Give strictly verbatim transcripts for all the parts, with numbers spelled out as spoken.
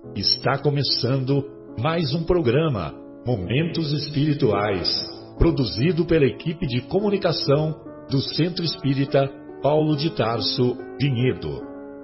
Está começando mais um programa, Momentos Espirituais, produzido pela equipe de comunicação do Centro Espírita Paulo de Tarso, Vinhedo.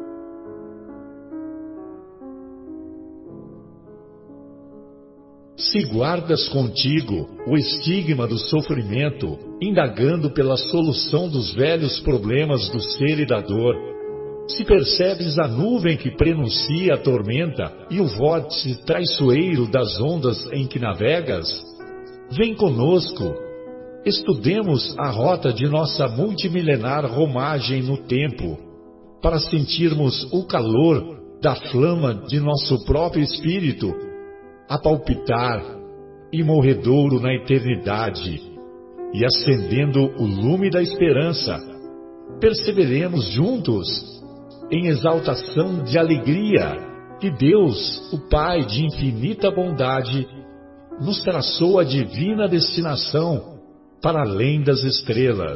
Se guardas contigo o estigma do sofrimento, indagando pela solução dos velhos problemas do ser e da dor, se percebes a nuvem que prenuncia a tormenta e o vórtice traiçoeiro das ondas em que navegas, vem conosco, estudemos a rota de nossa multimilenar romagem no tempo, para sentirmos o calor da flama de nosso próprio espírito, a palpitar, imorredouro na eternidade, e acendendo o lume da esperança, perceberemos juntos, em exaltação de alegria, que Deus, o Pai de infinita bondade, nos traçou a divina destinação para além das estrelas.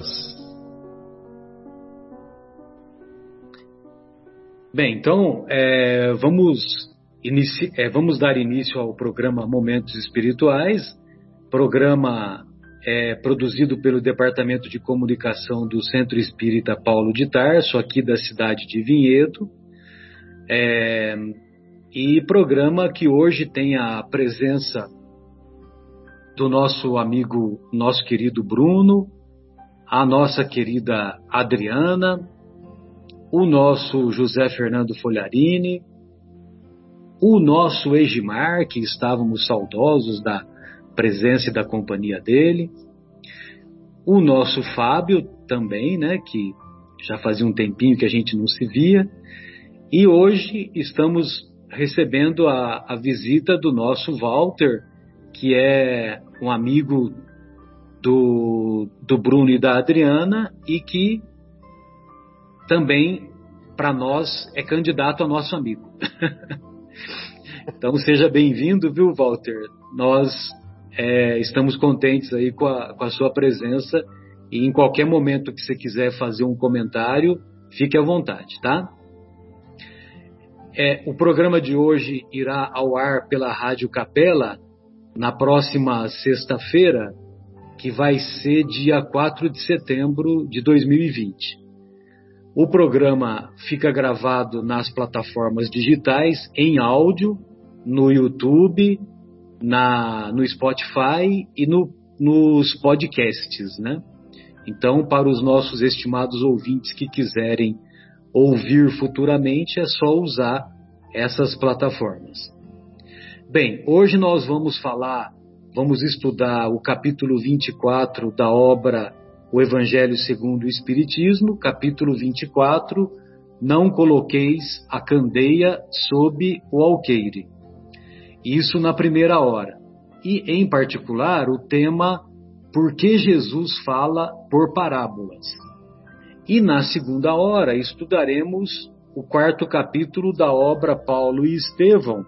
Bem, então, é, vamos, inici- é, vamos dar início ao programa Momentos Espirituais, programa é, produzido pelo Departamento de Comunicação do Centro Espírita Paulo de Tarso, aqui da cidade de Vinhedo, é, e programa que hoje tem a presença do nosso amigo, nosso querido Bruno, a nossa querida Adriana, o nosso José Fernando Folharini, o nosso Egimar, que estávamos saudosos da presença e da companhia dele, o nosso Fábio também, né, que já fazia um tempinho que a gente não se via, e hoje estamos recebendo a, a visita do nosso Walter, que é um amigo do, do Bruno e da Adriana, e que também, para nós, é candidato a nosso amigo. Então, seja bem-vindo, viu, Walter? Nós é, estamos contentes aí com a, com a sua presença, e em qualquer momento que você quiser fazer um comentário, fique à vontade, tá? É, o programa de hoje irá ao ar pela Rádio Capela na próxima sexta-feira, que vai ser dia quatro de setembro de dois mil e vinte. O programa fica gravado nas plataformas digitais, em áudio, no YouTube, na, no Spotify e no, nos podcasts, né? Então, para os nossos estimados ouvintes que quiserem ouvir futuramente, é só usar essas plataformas. Bem, hoje nós vamos falar, vamos estudar o capítulo vinte e quatro da obra O Evangelho segundo o Espiritismo, capítulo vinte e quatro, Não coloqueis a candeia sob o alqueire. Isso na primeira hora. E, em particular, o tema Por que Jesus fala por parábolas. E na segunda hora estudaremos o quarto capítulo da obra Paulo e Estevão.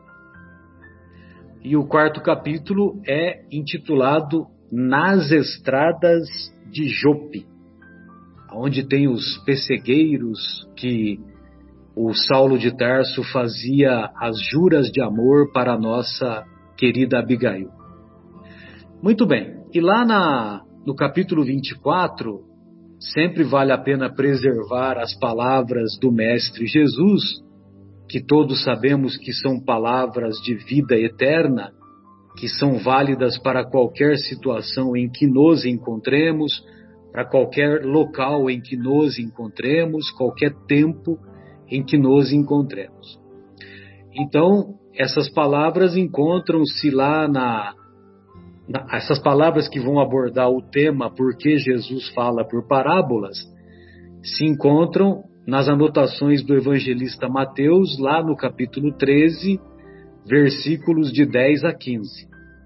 E o quarto capítulo é intitulado Nas Estradas de Jope, onde tem os pessegueiros que o Saulo de Tarso fazia as juras de amor para a nossa querida Abigail. Muito bem, e lá na, no capítulo vinte e quatro, sempre vale a pena preservar as palavras do Mestre Jesus, que todos sabemos que são palavras de vida eterna, que são válidas para qualquer situação em que nos encontremos, para qualquer local em que nos encontremos, qualquer tempo em que nos encontremos. Então, essas palavras encontram-se lá na, na... Essas palavras que vão abordar o tema Por que Jesus fala por parábolas, se encontram nas anotações do evangelista Mateus, lá no capítulo treze, versículos de dez a quinze.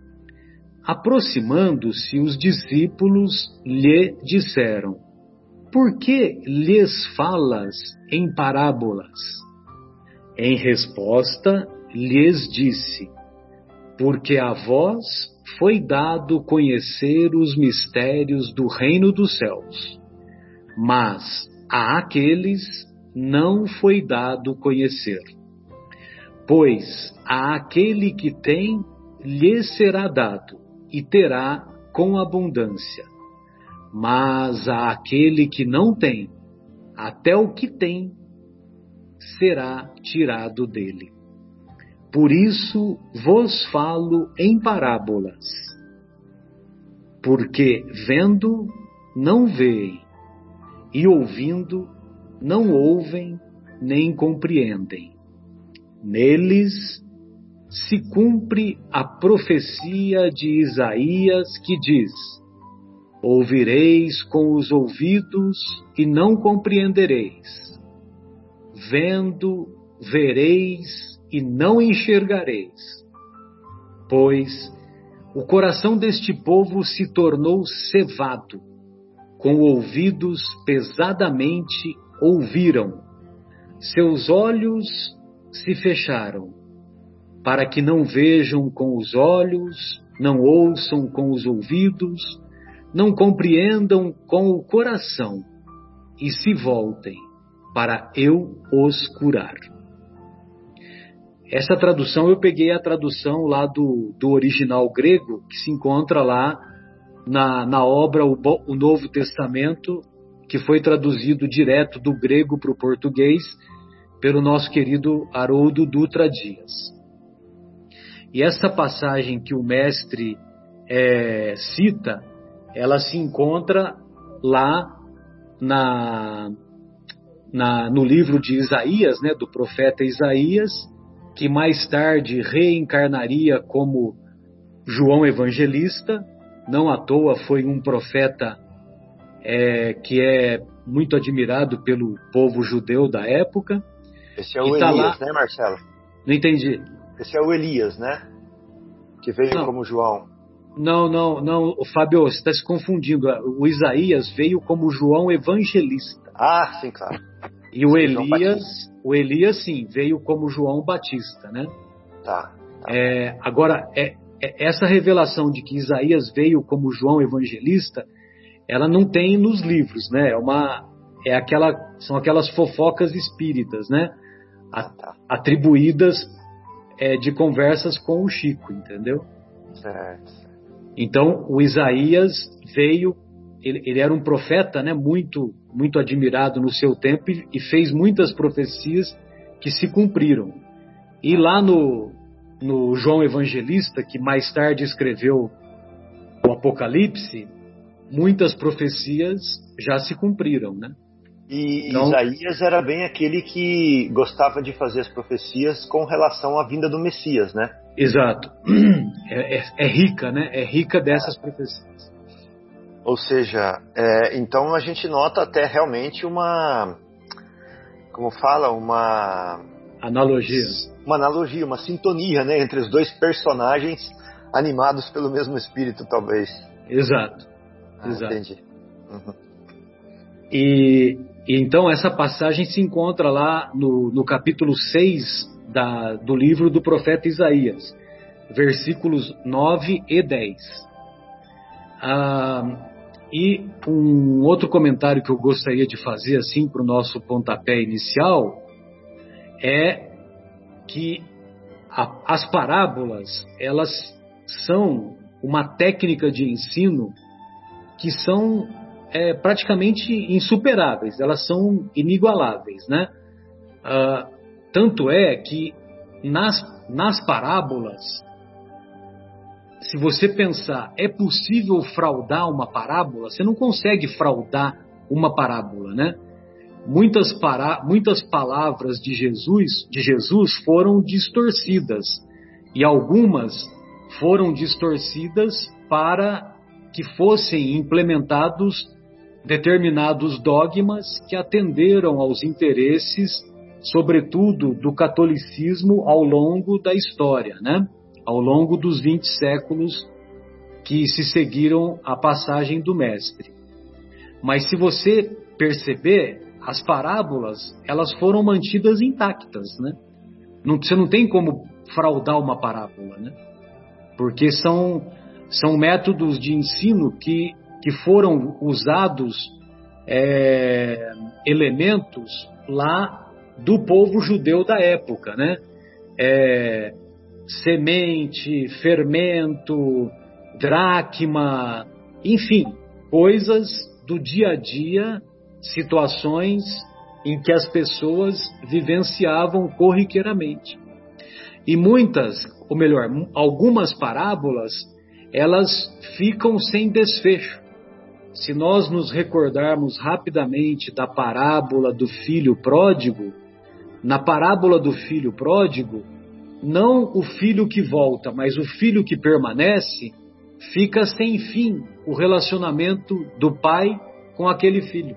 Aproximando-se, os discípulos lhe disseram: Por que lhes falas em parábolas? Em resposta, lhes disse: Porque a vós foi dado conhecer os mistérios do reino dos céus, mas a aqueles não foi dado conhecer. Pois a aquele que tem, lhe será dado, e terá com abundância. Mas a aquele que não tem, até o que tem, será tirado dele. Por isso vos falo em parábolas, porque vendo, não veem, e ouvindo, não ouvem, nem compreendem. Neles se cumpre a profecia de Isaías que diz: ouvireis com os ouvidos e não compreendereis. Vendo, vereis e não enxergareis. Pois o coração deste povo se tornou cevado, com ouvidos pesadamente ouviram, seus olhos se fecharam, para que não vejam com os olhos, não ouçam com os ouvidos, não compreendam com o coração, e se voltem, para eu os curar. Essa tradução eu peguei a tradução lá do, do original grego, que se encontra lá na, na obra o, o Novo Testamento, que foi traduzido direto do grego para o português pelo nosso querido Haroldo Dutra Dias. E essa passagem que o mestre é, cita, ela se encontra lá na, na, no livro de Isaías, né, do profeta Isaías, que mais tarde reencarnaria como João Evangelista. Não à toa foi um profeta é, que é muito admirado pelo povo judeu da época. Esse é o tá Elias, lá... né, Marcelo? Não entendi. Esse é o Elias, né? Que veio não. como João. Não, não, não, Fábio, você está se confundindo. O Isaías veio como João Evangelista. Ah, sim, claro. E o Elias, o Elias, sim, veio como João Batista, né? Tá. tá. É, agora, é, é, essa revelação de que Isaías veio como João Evangelista, ela não tem nos livros, né? É uma, é aquela, são aquelas fofocas espíritas, né? A, tá. Atribuídas é, de conversas com o Chico, entendeu? Certo. Então, o Isaías veio, ele, ele era um profeta, né, muito, muito admirado no seu tempo e, e fez muitas profecias que se cumpriram. E lá no, no João Evangelista, que mais tarde escreveu o Apocalipse, muitas profecias já se cumpriram, né? E então, Isaías era bem aquele que gostava de fazer as profecias com relação à vinda do Messias, né? Exato. É, é, é rica, né? É rica dessas profecias. Ou seja, é, então a gente nota até realmente uma, como fala, uma analogia, uma analogia, uma sintonia, né, entre os dois personagens animados pelo mesmo espírito, talvez. Exato. Ah, Exato. Entendi. Uhum. E, e então essa passagem se encontra lá no, no capítulo seis da, do livro do profeta Isaías, versículos nove e dez. Ah, e um outro comentário que eu gostaria de fazer assim para o nosso pontapé inicial é que a, as parábolas, elas são uma técnica de ensino que são é, praticamente insuperáveis, elas são inigualáveis, né? Ah, tanto é que nas, nas parábolas, se você pensar, é possível fraudar uma parábola? Você não consegue fraudar uma parábola, né? Muitas, para, muitas palavras de Jesus, de Jesus foram distorcidas, e algumas foram distorcidas para que fossem implementados determinados dogmas que atenderam aos interesses, sobretudo do catolicismo ao longo da história, né? Ao longo dos vinte séculos que se seguiram a passagem do Mestre. Mas se você perceber, as parábolas, elas foram mantidas intactas, né? Não, você não tem como fraudar uma parábola, né? Porque são, são métodos de ensino que, que foram usados, é, elementos lá do povo judeu da época, né? é, semente, fermento, dracma, enfim, coisas do dia a dia, situações em que as pessoas vivenciavam corriqueiramente. E muitas, ou melhor, algumas parábolas, elas ficam sem desfecho. Se nós nos recordarmos rapidamente da parábola do filho pródigo, na parábola do filho pródigo, não o filho que volta, mas o filho que permanece, fica sem fim o relacionamento do pai com aquele filho.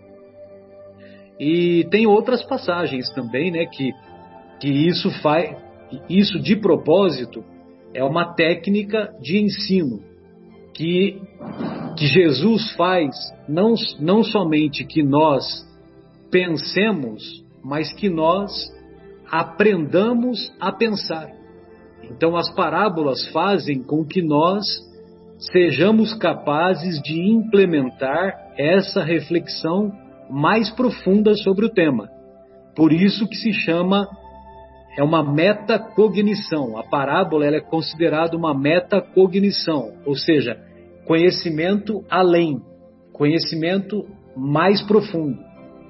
E tem outras passagens também, né, que, que isso faz, isso de propósito é uma técnica de ensino que, que Jesus faz, não, não somente que nós pensemos, mas que nós aprendamos a pensar. Então as parábolas fazem com que nós sejamos capazes de implementar essa reflexão mais profunda sobre o tema. Por isso que se chama, é uma metacognição. A parábola ela é considerada uma metacognição, ou seja, conhecimento além, conhecimento mais profundo.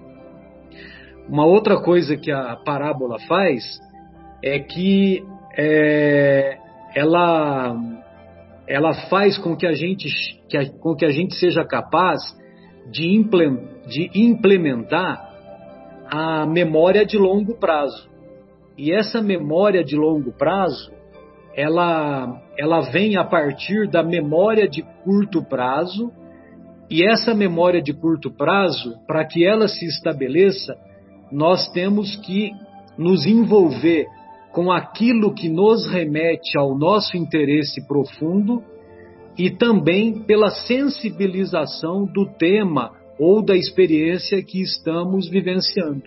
Uma outra coisa que a parábola faz é que é, ela, ela faz com que a gente, que a, com que a gente seja capaz de, imple, de implementar a memória de longo prazo. E essa memória de longo prazo, ela, ela vem a partir da memória de curto prazo, e essa memória de curto prazo, para que ela se estabeleça, nós temos que nos envolver com aquilo que nos remete ao nosso interesse profundo e também pela sensibilização do tema ou da experiência que estamos vivenciando.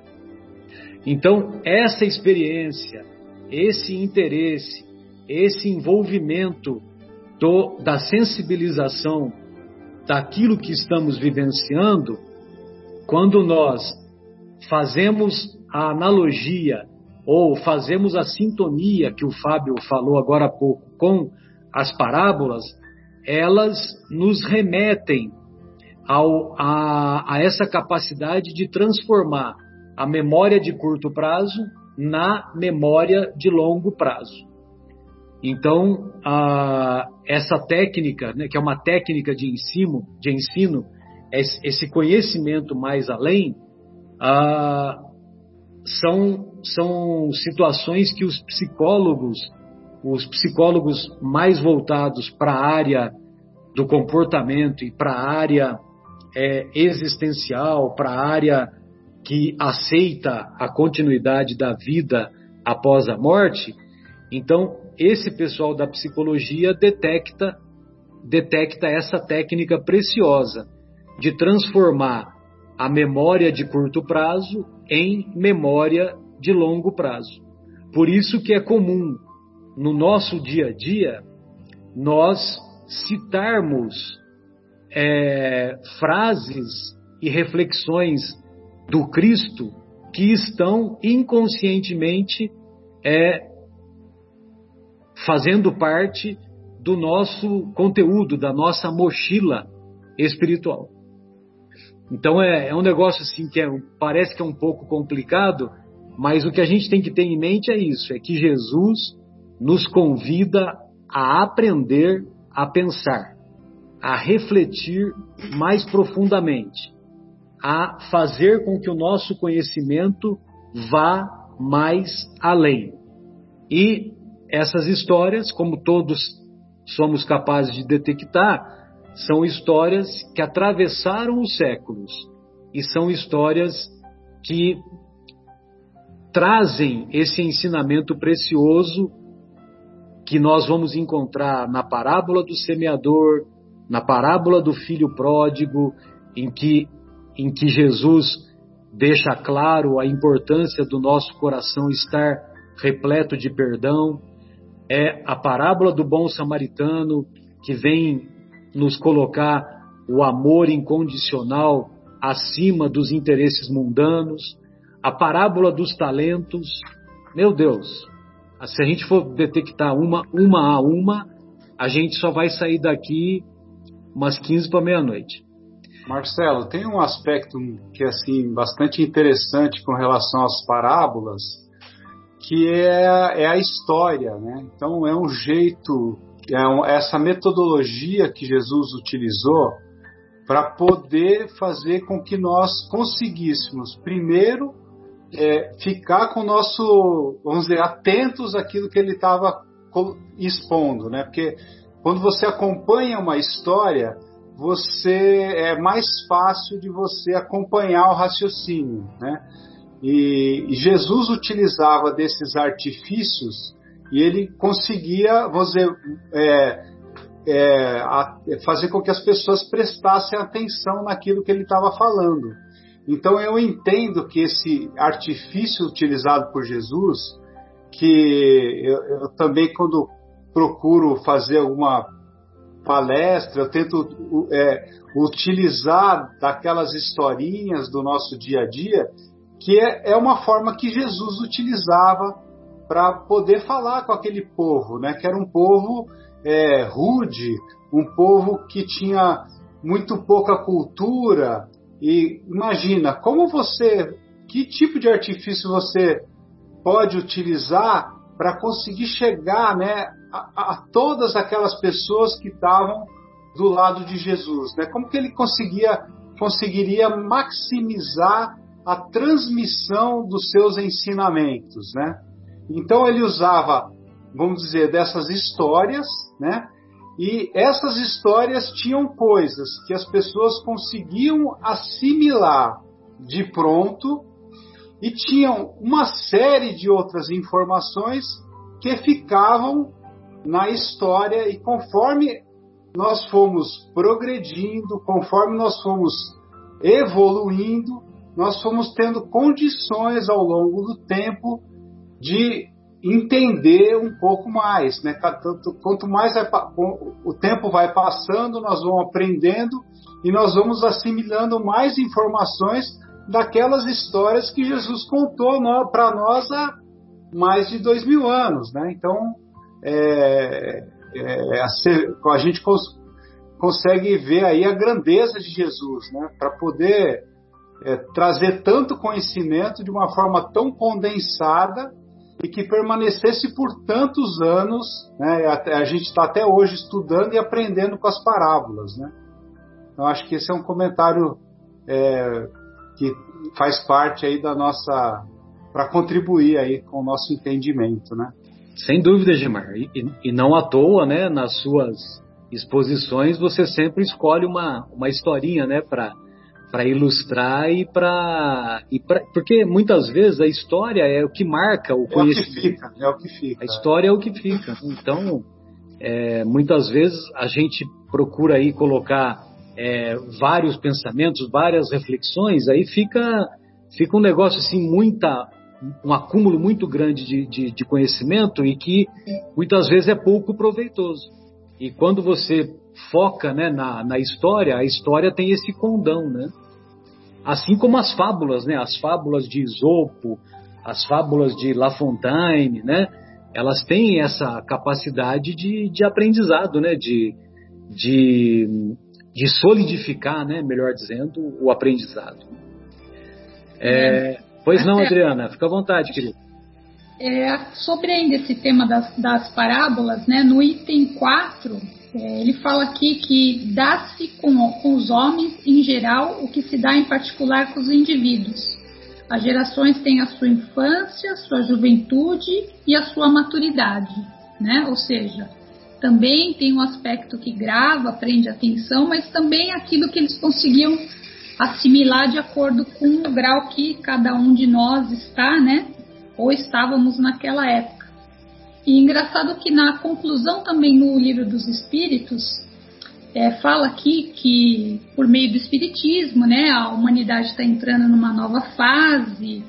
Então, essa experiência, esse interesse, esse envolvimento do, da sensibilização daquilo que estamos vivenciando, quando nós fazemos a analogia ou fazemos a sintonia que o Fábio falou agora há pouco com as parábolas, elas nos remetem ao, a, a essa capacidade de transformar a memória de curto prazo na memória de longo prazo. Então, a, essa técnica, né, que é uma técnica de ensino, de ensino, esse conhecimento mais além, a, são, são situações que os psicólogos, os psicólogos mais voltados para a área do comportamento e para a área é, existencial, para a área que aceita a continuidade da vida após a morte, então esse pessoal da psicologia detecta, detecta essa técnica preciosa de transformar a memória de curto prazo em memória de longo prazo. Por isso que é comum, no nosso dia a dia, nós citarmos é, frases e reflexões do Cristo que estão inconscientemente é, fazendo parte do nosso conteúdo, da nossa mochila espiritual. Então é, é um negócio assim que é, parece que é um pouco complicado, mas o que a gente tem que ter em mente é isso, é que Jesus nos convida a aprender a pensar, a refletir mais profundamente, a fazer com que o nosso conhecimento vá mais além. E essas histórias, como todos somos capazes de detectar, são histórias que atravessaram os séculos e são histórias que trazem esse ensinamento precioso que nós vamos encontrar na parábola do semeador, na parábola do filho pródigo, em que, em que Jesus deixa claro a importância do nosso coração estar repleto de perdão. É a parábola do bom samaritano, que vem nos colocar o amor incondicional acima dos interesses mundanos. A parábola dos talentos. Meu Deus, se a gente for detectar uma, uma a uma, a gente só vai sair daqui umas quinze para meia-noite. Marcelo, tem um aspecto que é assim, bastante interessante com relação às parábolas, que é, é a história, né? Então é um jeito, é um, essa metodologia que Jesus utilizou para poder fazer com que nós conseguíssemos, primeiro, é, ficar com o nosso, vamos dizer, atentos àquilo que ele estava expondo, né? Porque quando você acompanha uma história, você é mais fácil de você acompanhar o raciocínio, né? E, e Jesus utilizava desses artifícios e ele conseguia, vamos dizer, é, é, a, fazer com que as pessoas prestassem atenção naquilo que ele estava falando. Então eu entendo que esse artifício utilizado por Jesus, que eu, eu também quando procuro fazer alguma palestra, eu tento é, utilizar daquelas historinhas do nosso dia a dia, que é, é uma forma que Jesus utilizava para poder falar com aquele povo, né? Que era um povo é, rude, um povo que tinha muito pouca cultura. E imagina, como você, que tipo de artifício você pode utilizar para conseguir chegar, né, a, a todas aquelas pessoas que estavam do lado de Jesus, né? Como que ele conseguia, conseguiria maximizar a transmissão dos seus ensinamentos, né? Então ele usava, vamos dizer, dessas histórias, né? E essas histórias tinham coisas que as pessoas conseguiam assimilar de pronto e tinham uma série de outras informações que ficavam na história, e conforme nós fomos progredindo, conforme nós fomos evoluindo, nós fomos tendo condições ao longo do tempo de entender um pouco mais, né? Quanto mais o tempo vai passando, nós vamos aprendendo e nós vamos assimilando mais informações daquelas histórias que Jesus contou para nós há mais de dois mil anos, né? Então, é, é, a, a gente cons, consegue ver aí a grandeza de Jesus, né? Para poder é, trazer tanto conhecimento de uma forma tão condensada e que permanecesse por tantos anos, né? A, a gente está até hoje estudando e aprendendo com as parábolas, né? Então, acho que esse é um comentário é, que faz parte aí da nossa, para contribuir aí com o nosso entendimento, né? Sem dúvida, Gilmar. E, e não à toa, né, nas suas exposições, você sempre escolhe uma, uma historinha, né, para para ilustrar e para... Porque muitas vezes a história é o que marca o conhecimento. É o que fica, é o que fica. A história é o que fica. Então, é, muitas vezes a gente procura aí colocar é, vários pensamentos, várias reflexões, aí fica, fica um negócio assim, muita, um acúmulo muito grande de, de, de conhecimento e que muitas vezes é pouco proveitoso. E quando você foca, né, na, na história, a história tem esse condão, né? Assim como as fábulas, né? As fábulas de Esopo, as fábulas de La Fontaine, né? Elas têm essa capacidade de, de aprendizado, né? De, de, de solidificar, né? Melhor dizendo, o aprendizado. É, pois não, Adriana, fica à vontade, querido. É, sobre ainda esse tema das, das parábolas, né? No item quatro, é, ele fala aqui que dá-se com, com os homens em geral o que se dá em particular com os indivíduos. As gerações têm a sua infância, sua juventude e a sua maturidade, né? Ou seja, também tem um aspecto que grava, prende atenção, mas também aquilo que eles conseguiam assimilar de acordo com o grau que cada um de nós está, né? Ou estávamos naquela época. E engraçado que na conclusão também no Livro dos Espíritos, é, fala aqui que por meio do Espiritismo, né, a humanidade está entrando numa nova fase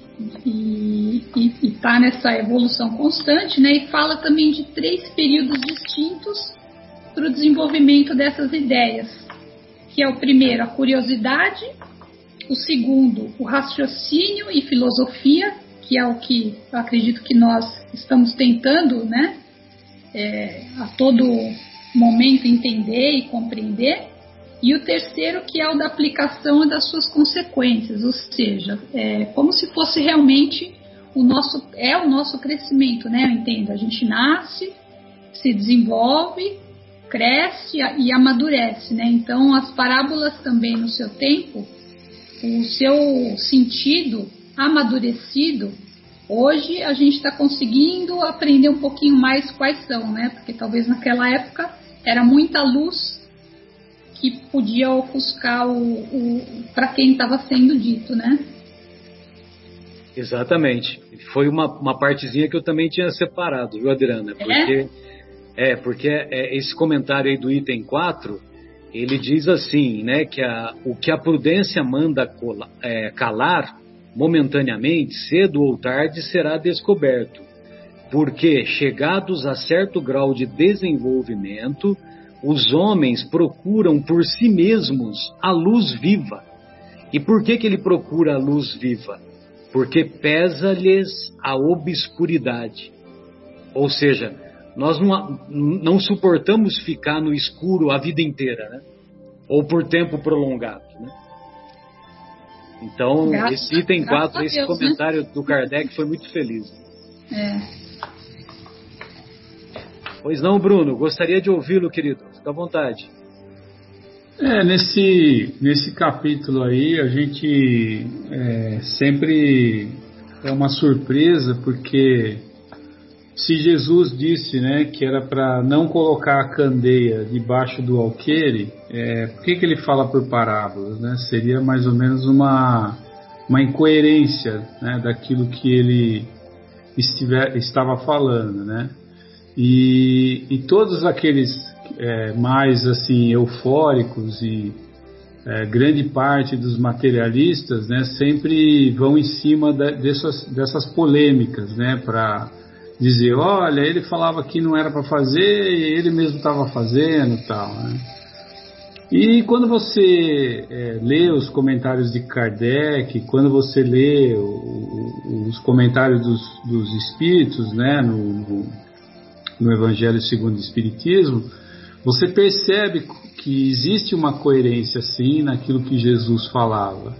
e está nessa evolução constante, né, e fala também de três períodos distintos para o desenvolvimento dessas ideias, que é o primeiro, a curiosidade, o segundo, o raciocínio e filosofia, que é o que eu acredito que nós estamos tentando, né, é, a todo momento entender e compreender. E o terceiro, que é o da aplicação e das suas consequências, ou seja, é como se fosse realmente o nosso, é o nosso crescimento, né? Eu entendo, a gente nasce, se desenvolve, cresce e amadurece, né? Então, as parábolas também, no seu tempo, o seu sentido amadurecido, hoje a gente está conseguindo aprender um pouquinho mais quais são, né? Porque talvez naquela época era muita luz que podia ofuscar o, o, para quem estava sendo dito, né? Exatamente. Foi uma, uma partezinha que eu também tinha separado, viu, Adriana? Porque, é? É, porque é, esse comentário aí do item quatro, ele diz assim, né, que a, o que a prudência manda cola, é, calar, momentaneamente, cedo ou tarde, será descoberto. Porque, chegados a certo grau de desenvolvimento, os homens procuram por si mesmos a luz viva. E por que que ele procura a luz viva? Porque pesa-lhes a obscuridade. Ou seja, nós não, não suportamos ficar no escuro a vida inteira, né? Ou por tempo prolongado, né? Então, graças, esse item quatro, esse Deus, comentário, né, do Kardec foi muito feliz. É. Pois não, Bruno, gostaria de ouvi-lo, querido. Fica à vontade. É, nesse, nesse capítulo aí, a gente é, sempre é uma surpresa, porque se Jesus disse, né, que era para não colocar a candeia debaixo do alqueire, é, por que, que ele fala por parábolas, né? Seria mais ou menos uma, uma incoerência, né, daquilo que ele estiver, estava falando, né? E, e todos aqueles é, mais assim eufóricos e é, grande parte dos materialistas, né, sempre vão em cima da, dessas, dessas polêmicas, né, para dizer, olha, ele falava que não era para fazer e ele mesmo estava fazendo, tal, né? E quando você é, lê os comentários de Kardec, quando você lê o, o, os comentários dos, dos espíritos, né, no, no no Evangelho segundo o Espiritismo, você percebe que existe uma coerência, sim, naquilo que Jesus falava.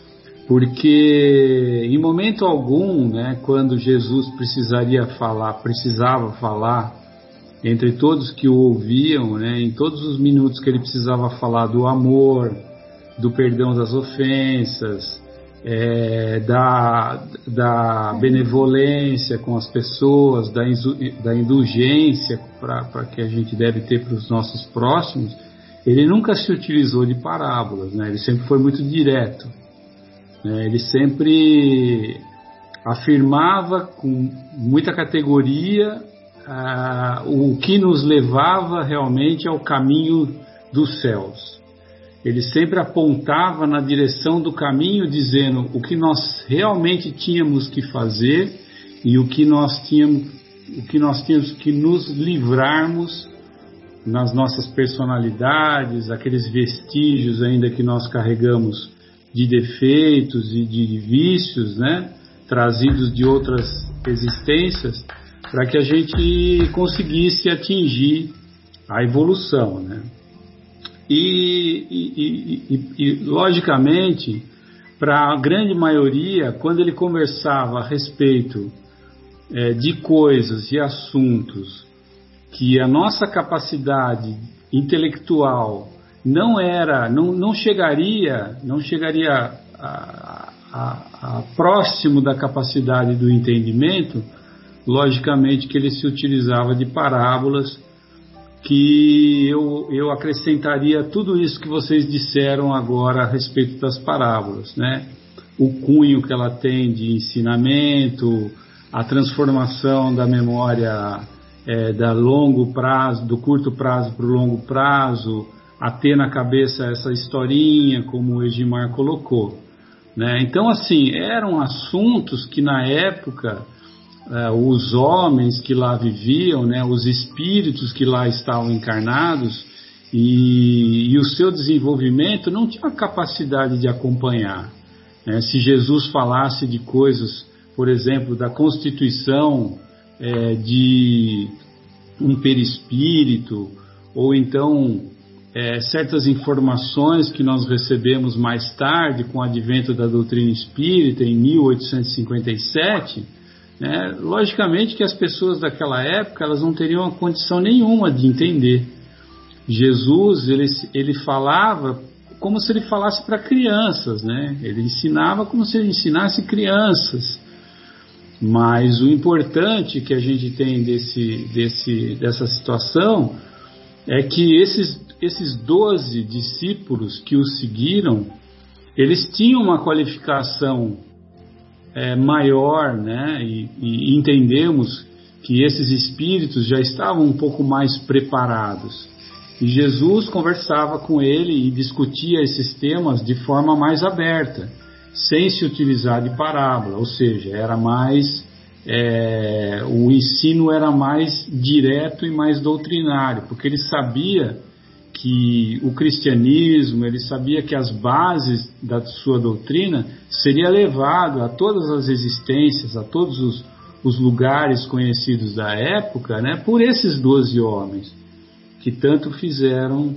Porque, em momento algum, né, quando Jesus precisaria falar, precisava falar, entre todos que o ouviam, né, em todos os minutos que ele precisava falar do amor, do perdão das ofensas, É, da, da benevolência com as pessoas, da, da indulgência para que a gente deve ter para os nossos próximos, ele nunca se utilizou de parábolas, né? Ele sempre foi muito direto, né? Ele sempre afirmava com muita categoria ah, o que nos levava realmente ao caminho dos céus. Ele sempre apontava na direção do caminho, dizendo o que nós realmente tínhamos que fazer e o que nós tínhamos, o que nós tínhamos que nos livrarmos nas nossas personalidades, aqueles vestígios ainda que nós carregamos de defeitos e de vícios, né, trazidos de outras existências, para que a gente conseguisse atingir a evolução, né? E, e, e, e, logicamente, para a grande maioria, quando ele conversava a respeito é, de coisas e assuntos que a nossa capacidade intelectual não era, não, não chegaria, não chegaria a, a, a próximo da capacidade do entendimento, logicamente que ele se utilizava de parábolas, que eu, eu acrescentaria tudo isso que vocês disseram agora a respeito das parábolas, né? O cunho que ela tem de ensinamento, a transformação da memória é, da longo prazo, do curto prazo para o longo prazo, a ter na cabeça essa historinha, como o Egimar colocou, né? Então, assim, eram assuntos que na época Uh, os homens que lá viviam, né, os espíritos que lá estavam encarnados e, e o seu desenvolvimento não tinha capacidade de acompanhar, né? Se Jesus falasse de coisas por exemplo, da constituição é, de um perispírito, ou então é, certas informações que nós recebemos mais tarde com o advento da doutrina espírita em mil oitocentos e cinquenta e sete, né, logicamente que as pessoas daquela época elas não teriam condição nenhuma de entender. Jesus ele, ele falava como se ele falasse para crianças, né? Ele ensinava como se ele ensinasse crianças. Mas o importante que a gente tem desse, desse, dessa situação é que esses, esses doze discípulos que o seguiram, eles tinham uma qualificação é, maior, né? E, e entendemos que esses espíritos já estavam um pouco mais preparados. E Jesus conversava com ele e discutia esses temas de forma mais aberta, sem se utilizar de parábola, ou seja, era mais, é, o ensino era mais direto e mais doutrinário, porque ele sabia que o cristianismo, ele sabia que as bases da sua doutrina seria levado a todas as existências, a todos os, os lugares conhecidos da época, né, por esses doze homens, que tanto fizeram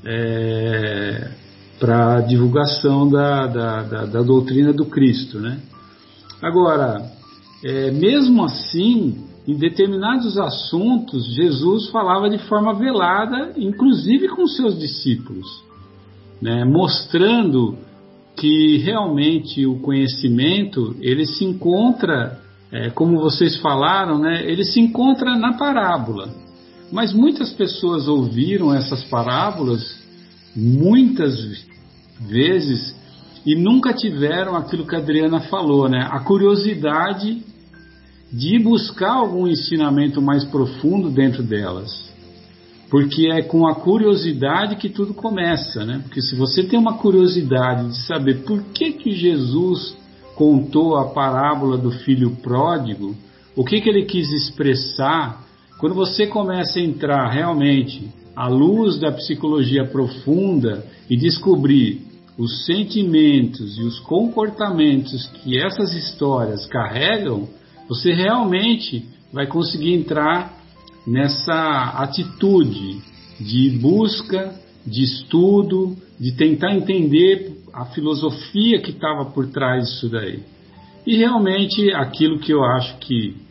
é, para a divulgação da, da, da, da doutrina do Cristo, né? Agora, é, mesmo assim, em determinados assuntos, Jesus falava de forma velada, inclusive com seus discípulos, né? Mostrando que realmente o conhecimento, ele se encontra, é, como vocês falaram, né? Ele se encontra na parábola. Mas muitas pessoas ouviram essas parábolas muitas vezes e nunca tiveram aquilo que a Adriana falou, né? A curiosidade de buscar algum ensinamento mais profundo dentro delas. Porque é com a curiosidade que tudo começa, né? Porque se você tem uma curiosidade de saber por que que Jesus contou a parábola do filho pródigo, o que que ele quis expressar, quando você começa a entrar realmente à luz da psicologia profunda e descobrir os sentimentos e os comportamentos que essas histórias carregam, você realmente vai conseguir entrar nessa atitude de busca, de estudo, de tentar entender a filosofia que estava por trás disso daí. E realmente aquilo que eu acho que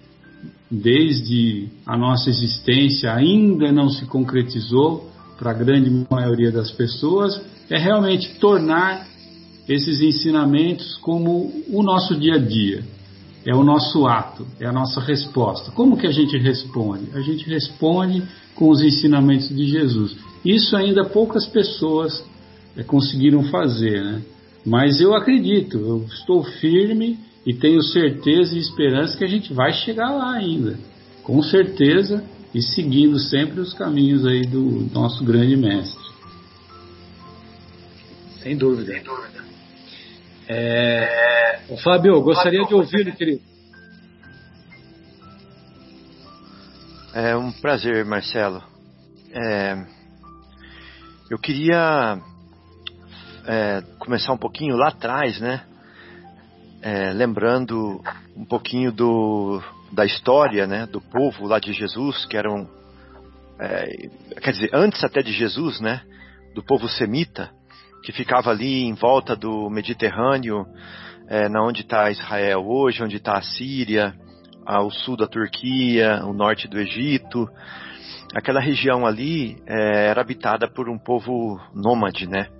desde a nossa existência ainda não se concretizou para a grande maioria das pessoas, é realmente tornar esses ensinamentos como o nosso dia a dia. É o nosso ato, é a nossa resposta. Como que a gente responde? A gente responde com os ensinamentos de Jesus. Isso ainda poucas pessoas é, conseguiram fazer, né? Mas eu acredito, eu estou firme e tenho certeza e esperança que a gente vai chegar lá ainda, com certeza, e seguindo sempre os caminhos aí do nosso grande mestre. Sem dúvida. Sem dúvida. É... O Fábio, eu gostaria de ouvi-lo, querido. É um prazer, Marcelo. É... Eu queria é, começar um pouquinho lá atrás, né? É, lembrando um pouquinho do, da história, né, do povo lá de Jesus, que eram, é, quer dizer, antes até de Jesus, né, do povo semita, que ficava ali em volta do Mediterrâneo, é, na onde está Israel hoje, onde está a Síria, ao sul da Turquia, o norte do Egito. Aquela região ali é, era habitada por um povo nômade, né?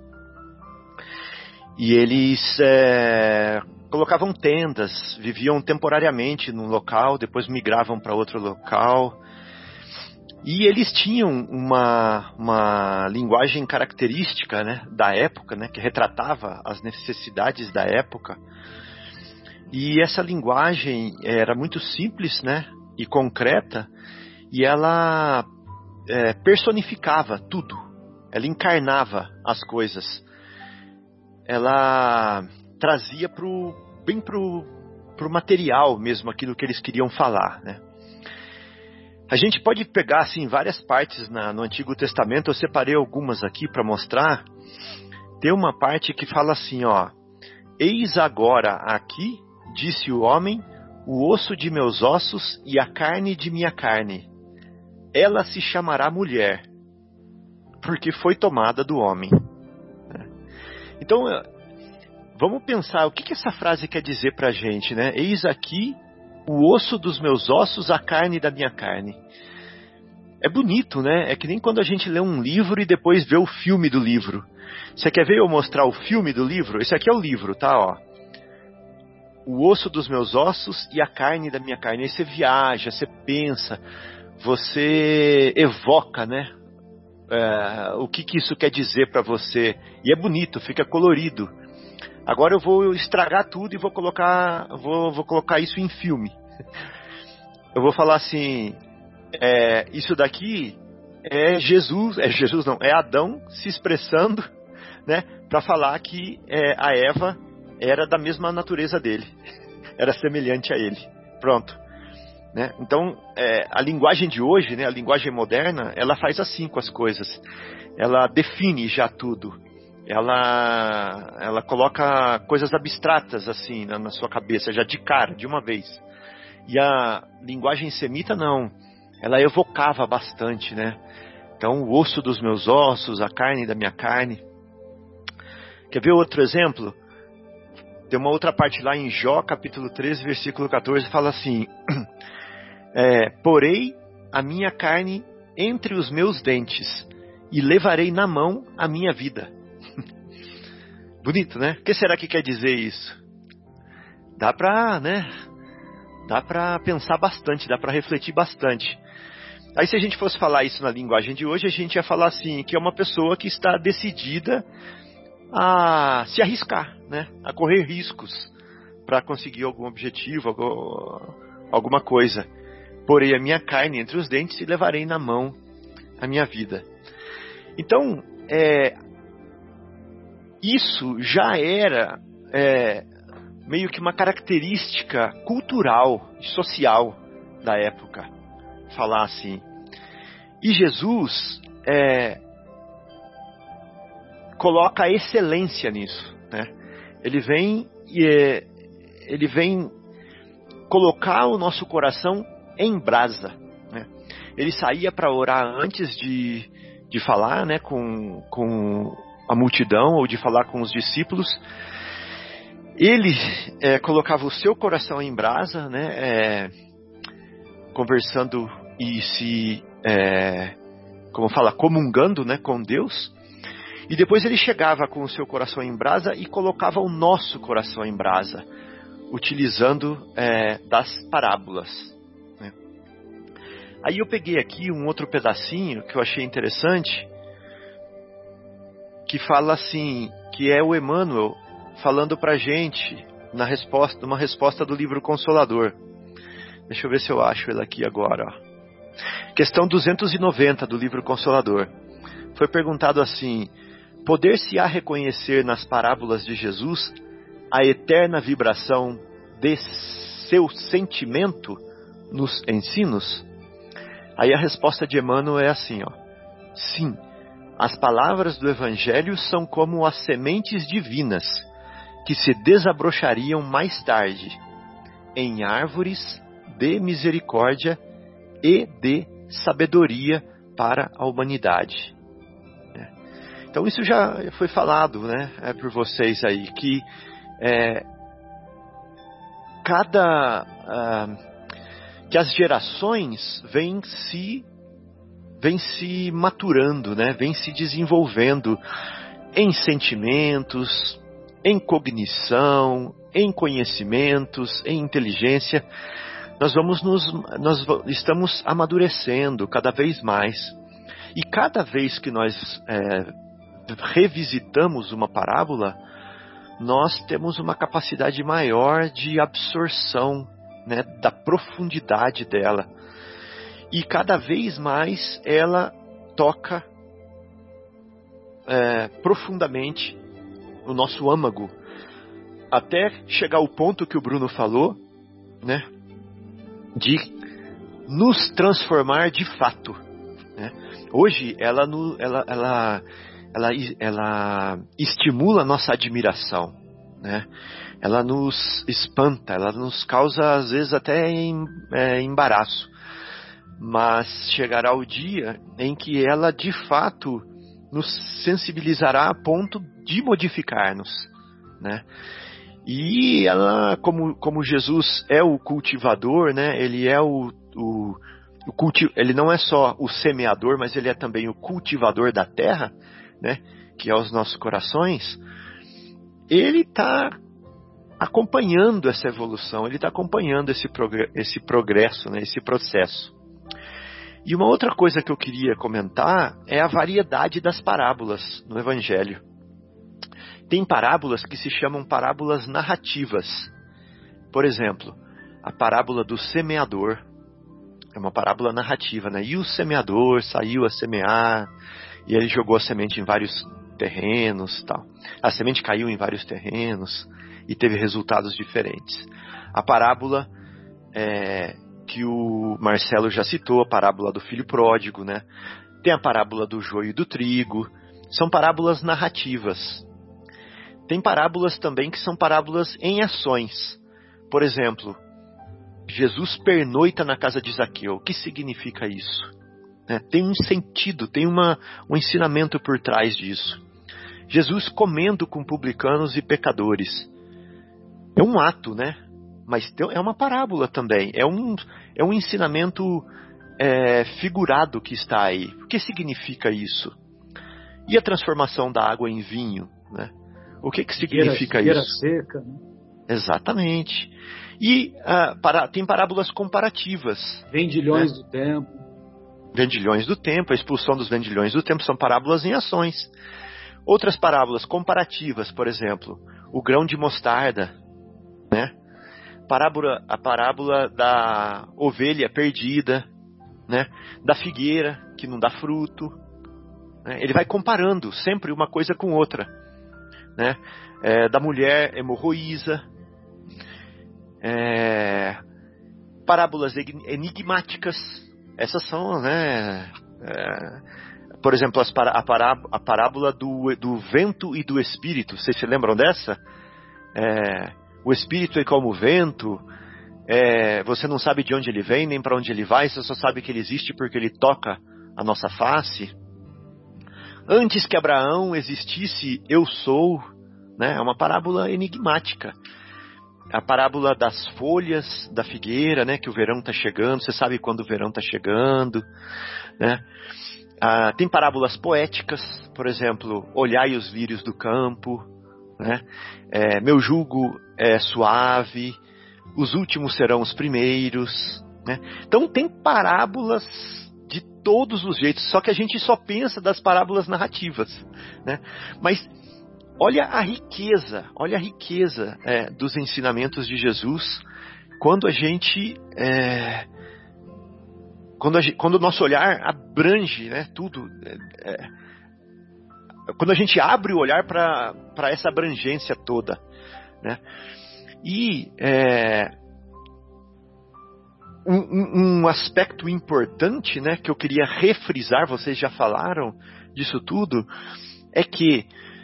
E eles é, colocavam tendas, viviam temporariamente num local, depois migravam para outro local. E eles tinham uma, uma linguagem característica, né, da época, né, que retratava as necessidades da época. E essa linguagem era muito simples, né, e concreta, e ela é, personificava tudo. Ela encarnava as coisas. Ela trazia pro, bem para o material mesmo aquilo que eles queriam falar, né. A gente pode pegar assim várias partes na, no Antigo Testamento. Eu separei algumas aqui para mostrar. Tem uma parte que fala assim, ó: eis agora aqui, disse o homem, o osso de meus ossos e a carne de minha carne. Ela se chamará mulher, porque foi tomada do homem. Então, vamos pensar, o que, que essa frase quer dizer pra gente, né? Eis aqui o osso dos meus ossos, a carne da minha carne. É bonito, né? É que nem quando a gente lê um livro e depois vê o filme do livro. Você quer ver eu mostrar o filme do livro? Esse aqui é o livro, tá? Ó. O osso dos meus ossos e a carne da minha carne. Aí você viaja, você pensa, você evoca, né? É, o que, que isso quer dizer para você. E é bonito, fica colorido. Agora eu vou estragar tudo e vou colocar, vou, vou colocar isso em filme. Eu vou falar assim, é, isso daqui é Jesus, é Jesus não, é Adão se expressando, né, para falar que é, a Eva era da mesma natureza dele, era semelhante a ele. Pronto. Né? Então, é, a linguagem de hoje, né, a linguagem moderna, ela faz assim com as coisas. Ela define já tudo. Ela, ela coloca coisas abstratas assim na, na sua cabeça, já de cara, de uma vez. E a linguagem semita não. Ela evocava bastante, né? Então, o osso dos meus ossos, a carne da minha carne. Quer ver outro exemplo? Tem uma outra parte lá em Jó, capítulo treze, versículo catorze, fala assim... É, porei a minha carne entre os meus dentes e levarei na mão a minha vida. Bonito, né? O que será que quer dizer isso? Dá pra, né? Dá pra pensar bastante, dá pra refletir bastante. Aí se a gente fosse falar isso na linguagem de hoje, a gente ia falar assim, que é uma pessoa que está decidida a se arriscar, né? A correr riscos para conseguir algum objetivo, alguma coisa. Porei a minha carne entre os dentes e levarei na mão a minha vida. Então, é, isso já era é, meio que uma característica cultural e social da época, falar assim. E Jesus é, coloca a excelência nisso, né? Ele vem, é, ele vem colocar o nosso coração em brasa, né? Ele saía para orar antes de, de falar, né, com, com a multidão ou de falar com os discípulos. Ele é, colocava o seu coração em brasa, né, é, conversando e se, é, como fala, comungando, né, com Deus. E depois ele chegava com o seu coração em brasa e colocava o nosso coração em brasa, utilizando é, das parábolas. Aí eu peguei aqui um outro pedacinho que eu achei interessante, que fala assim, que é o Emmanuel falando pra gente na resposta, numa resposta do livro Consolador. Deixa eu ver se eu acho ele aqui agora. Ó. Questão duzentos e noventa do livro Consolador. Foi perguntado assim, poder-se-á reconhecer nas parábolas de Jesus a eterna vibração de seu sentimento nos ensinos? Aí a resposta de Emmanuel é assim, ó. Sim, as palavras do Evangelho são como as sementes divinas, que se desabrochariam mais tarde, em árvores de misericórdia e de sabedoria para a humanidade. Então isso já foi falado, né, por vocês aí, que é, cada... Uh, que as gerações vêm se, vêm se maturando, né? Vêm se desenvolvendo em sentimentos, em cognição, em conhecimentos, em inteligência. Nós vamos nos, nós estamos amadurecendo cada vez mais. E cada vez que nós é, revisitamos uma parábola, nós temos uma capacidade maior de absorção, né, da profundidade dela. E cada vez mais ela toca é, profundamente o nosso âmago, até chegar ao ponto que o Bruno falou, né, de nos transformar de fato, né? Hoje ela, ela, ela, ela, ela estimula a nossa admiração, né? Ela nos espanta, ela nos causa às vezes até em, é, embaraço. Mas chegará o dia em que ela de fato nos sensibilizará a ponto de modificar-nos, né? E ela, como, como Jesus é o cultivador, né? Ele é o, o, o culti- ele não é só o semeador, mas ele é também o cultivador da terra, né? Que é os nossos corações. Ele está acompanhando essa evolução, ele está acompanhando esse, progr- esse progresso, né? Esse processo. E uma outra coisa que eu queria comentar é a variedade das parábolas no Evangelho. Tem parábolas que se chamam parábolas narrativas. Por exemplo, a parábola do semeador. É uma parábola narrativa, né? E o semeador saiu a semear, e ele jogou a semente em vários terrenos, tal. A semente caiu em vários terrenos e teve resultados diferentes. A parábola é, que o Marcelo já citou, a parábola do filho pródigo, né? Tem a parábola do joio e do trigo. São parábolas narrativas. Tem parábolas também que são parábolas em ações. Por exemplo, Jesus pernoita na casa de Zaqueu. O que significa isso? É, tem um sentido, tem uma, um ensinamento por trás disso. Jesus comendo com publicanos e pecadores. É um ato, né? Mas é uma parábola também. É um, é um ensinamento é, figurado que está aí. O que significa isso? E a transformação da água em vinho, né? O que, que significa figueira, isso? Figueira seca, né? Exatamente. E uh, para, tem parábolas comparativas. Vendilhões, né? Do tempo. Vendilhões do tempo, a expulsão dos vendilhões do tempo são parábolas em ações. Outras parábolas comparativas, por exemplo, o grão de mostarda, né? Parábola, a parábola da ovelha perdida, né? Da figueira que não dá fruto. Né? Ele vai comparando sempre uma coisa com outra. Né? É, da mulher hemorroísa, é, parábolas enigmáticas, essas são, né, é, por exemplo, as para, a, pará, a parábola do, do vento e do espírito, vocês se lembram dessa? É, o espírito é como o vento, é, você não sabe de onde ele vem, nem para onde ele vai, você só sabe que ele existe porque ele toca a nossa face. Antes que Abraão existisse, eu sou, né? É uma parábola enigmática. A parábola das folhas da figueira, né? Que o verão está chegando, você sabe quando o verão está chegando, né? Ah, tem parábolas poéticas, por exemplo, olhai os lírios do campo, né? É, meu jugo é suave, os últimos serão os primeiros, né? Então tem parábolas de todos os jeitos, só que a gente só pensa das parábolas narrativas, né? Mas olha a riqueza, olha a riqueza é, dos ensinamentos de Jesus quando a gente, é, quando, a gente quando o nosso olhar abrange, né, tudo, é, é, quando a gente abre o olhar para para essa abrangência toda, né? E é, Um, um aspecto importante, né, que eu queria refrisar, vocês já falaram disso tudo, é que,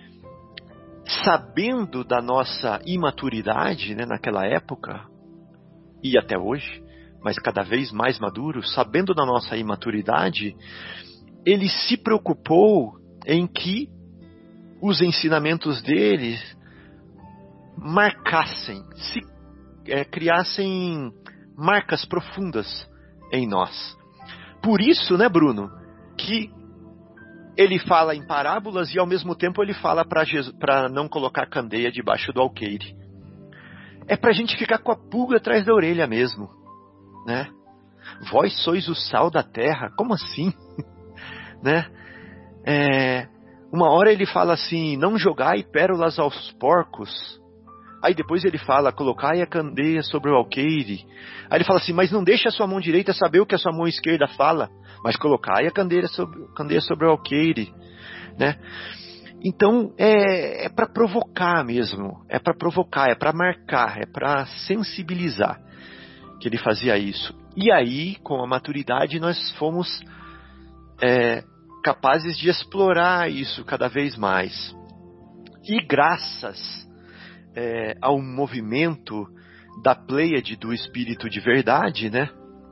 sabendo da nossa imaturidade, né, naquela época, e até hoje, mas cada vez mais maduro, sabendo da nossa imaturidade, ele se preocupou em que os ensinamentos deles marcassem, se é, criassem marcas profundas em nós. Por isso, né, Bruno, que ele fala em parábolas e ao mesmo tempo ele fala para não colocar candeia debaixo do alqueire. É para a gente ficar com a pulga atrás da orelha mesmo, né? Vós sois o sal da terra, como assim? Né? É, uma hora ele fala assim, não jogai pérolas aos porcos. Aí depois ele fala, colocai a candeia sobre o alqueire. Aí ele fala assim, mas não deixe a sua mão direita saber o que a sua mão esquerda fala, mas colocai a candeia sobre, candeia sobre o alqueire, né? Então é, é para provocar mesmo, é para provocar, é para marcar, é para sensibilizar que ele fazia isso. E aí, com a maturidade, nós fomos é, capazes de explorar isso cada vez mais. E graças é, a um movimento da Pleiade do Espírito de Verdade, né?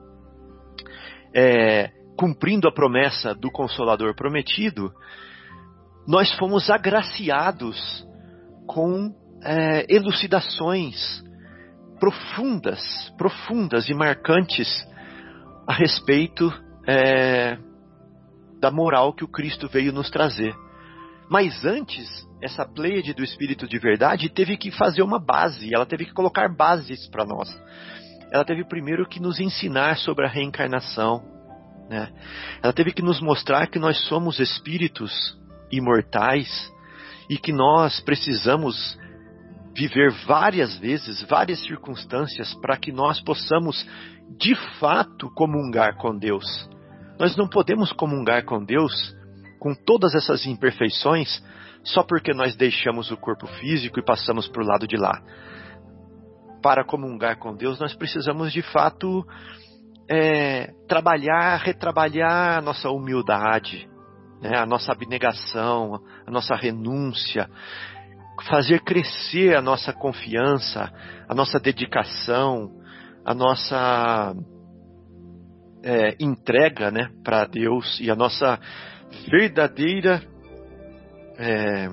É, cumprindo a promessa do Consolador prometido, nós fomos agraciados com é, elucidações profundas, profundas e marcantes a respeito é, da moral que o Cristo veio nos trazer. Mas antes, essa Pleiade do Espírito de Verdade teve que fazer uma base, ela teve que colocar bases para nós. Ela teve primeiro que nos ensinar sobre a reencarnação, né? Ela teve que nos mostrar que nós somos espíritos imortais e que nós precisamos viver várias vezes, várias circunstâncias para que nós possamos de fato comungar com Deus. Nós não podemos comungar com Deus com todas essas imperfeições só porque nós deixamos o corpo físico e passamos para o lado de lá. Para comungar com Deus, nós precisamos de fato é, trabalhar, retrabalhar a nossa humildade, né, a nossa abnegação, a nossa renúncia, fazer crescer a nossa confiança, a nossa dedicação, a nossa é, entrega, né, para Deus e a nossa verdadeira é,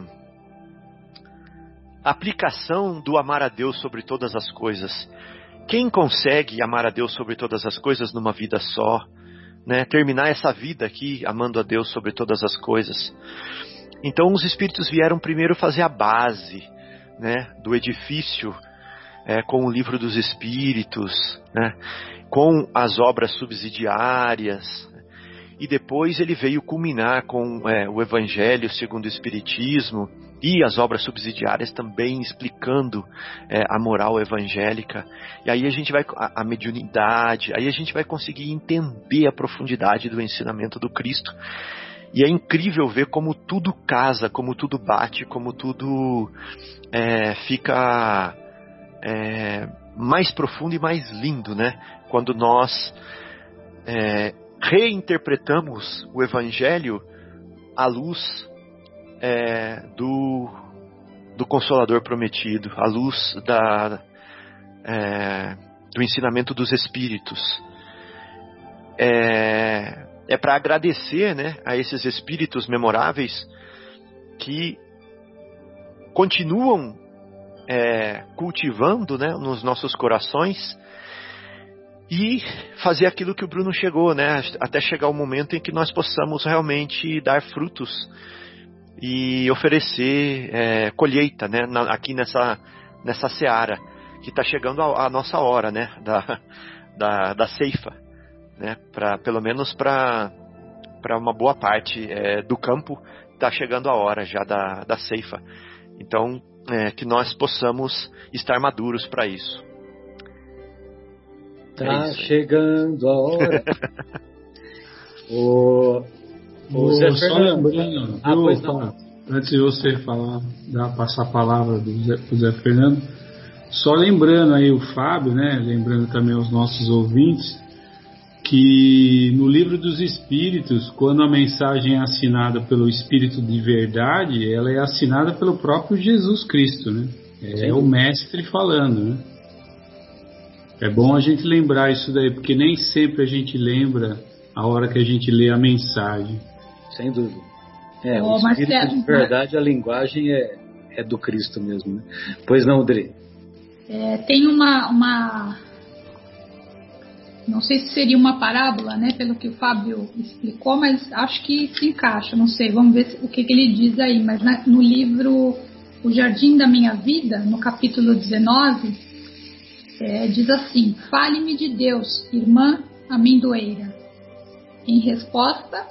aplicação do amar a Deus sobre todas as coisas. Quem consegue amar a Deus sobre todas as coisas numa vida só, né? Terminar essa vida aqui amando a Deus sobre todas as coisas. Então os Espíritos vieram primeiro fazer a base, né, do edifício, é, com o Livro dos Espíritos, né, com as obras subsidiárias. E depois ele veio culminar com é, o Evangelho segundo o Espiritismo e as obras subsidiárias também explicando é, a moral evangélica. E aí a gente vai, a, a mediunidade, aí a gente vai conseguir entender a profundidade do ensinamento do Cristo. E é incrível ver como tudo casa, como tudo bate, como tudo é, fica é, mais profundo e mais lindo, né? Quando nós é, reinterpretamos o Evangelho à luz é, do, do Consolador prometido, à luz da, é, do ensinamento dos Espíritos. É, é para agradecer, né, a esses Espíritos memoráveis que continuam é, cultivando, né, nos nossos corações e fazer aquilo que o Bruno chegou, né? Até chegar o momento em que nós possamos realmente dar frutos e oferecer é, colheita, né? Na, aqui nessa, nessa seara, que está chegando a, a nossa hora, né? Da, da, da ceifa, né? Pra, pelo menos para uma boa parte é, do campo está chegando a hora já da, da ceifa. Então, é, que nós possamos estar maduros para isso. Tá é chegando a hora. o, o Zé só Fernando. Lembrando, Ah, pois falar, antes de você falar, dar, passar a palavra do Zé, do Zé Fernando, só lembrando aí o Fábio, né? Lembrando também aos nossos ouvintes, que no Livro dos Espíritos, quando a mensagem é assinada pelo Espírito de Verdade, ela é assinada pelo próprio Jesus Cristo, né? É Sim. o Mestre falando, né? É bom a gente lembrar isso daí, porque nem sempre a gente lembra a hora que a gente lê a mensagem. Sem dúvida. É, oh, o Espírito Marcelo, de Verdade, a linguagem é, é do Cristo mesmo, né? Pois não, Dri? É, tem uma, uma... Não sei se seria uma parábola, né, pelo que o Fábio explicou, mas acho que se encaixa, não sei, vamos ver o que, que ele diz aí. Mas na, no livro O Jardim da Minha Vida, no capítulo dezenove, é, diz assim: fale-me de Deus, irmã amendoeira. Em resposta,